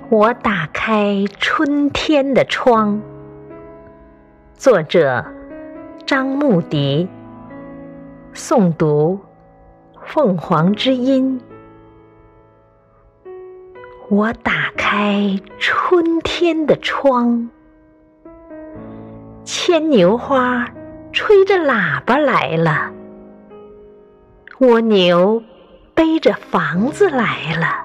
我打开春天的窗。作者张牧迪，诵读凤凰之音。我打开春天的窗，牵牛花吹着喇叭来了，蜗牛背着房子来了，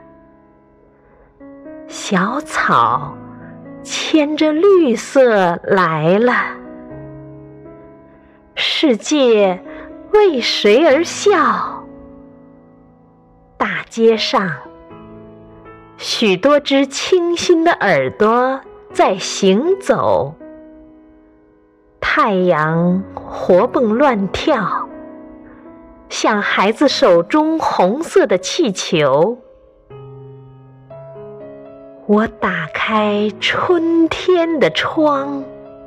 小草牵着绿色来了。世界为谁而笑？大街上许多只清新的耳朵在行走，太阳活蹦乱跳，像孩子手中红色的气球。我打开春天的窗，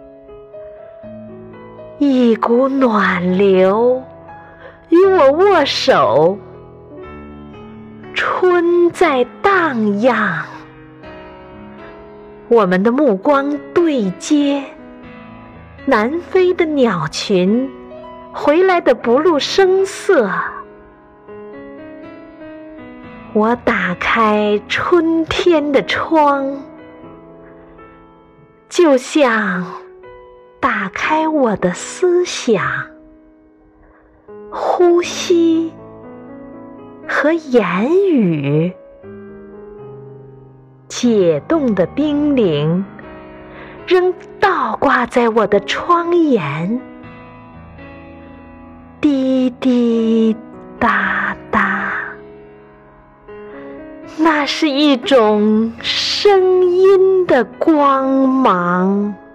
一股暖流与我握手，春在荡漾。我们的目光对接，南飞的鸟群，回来的不露声色。我打开春天的窗，就像打开我的思想、呼吸和言语。解冻的冰凌仍倒挂在我的窗沿，滴滴答答，那是一种声音的光芒。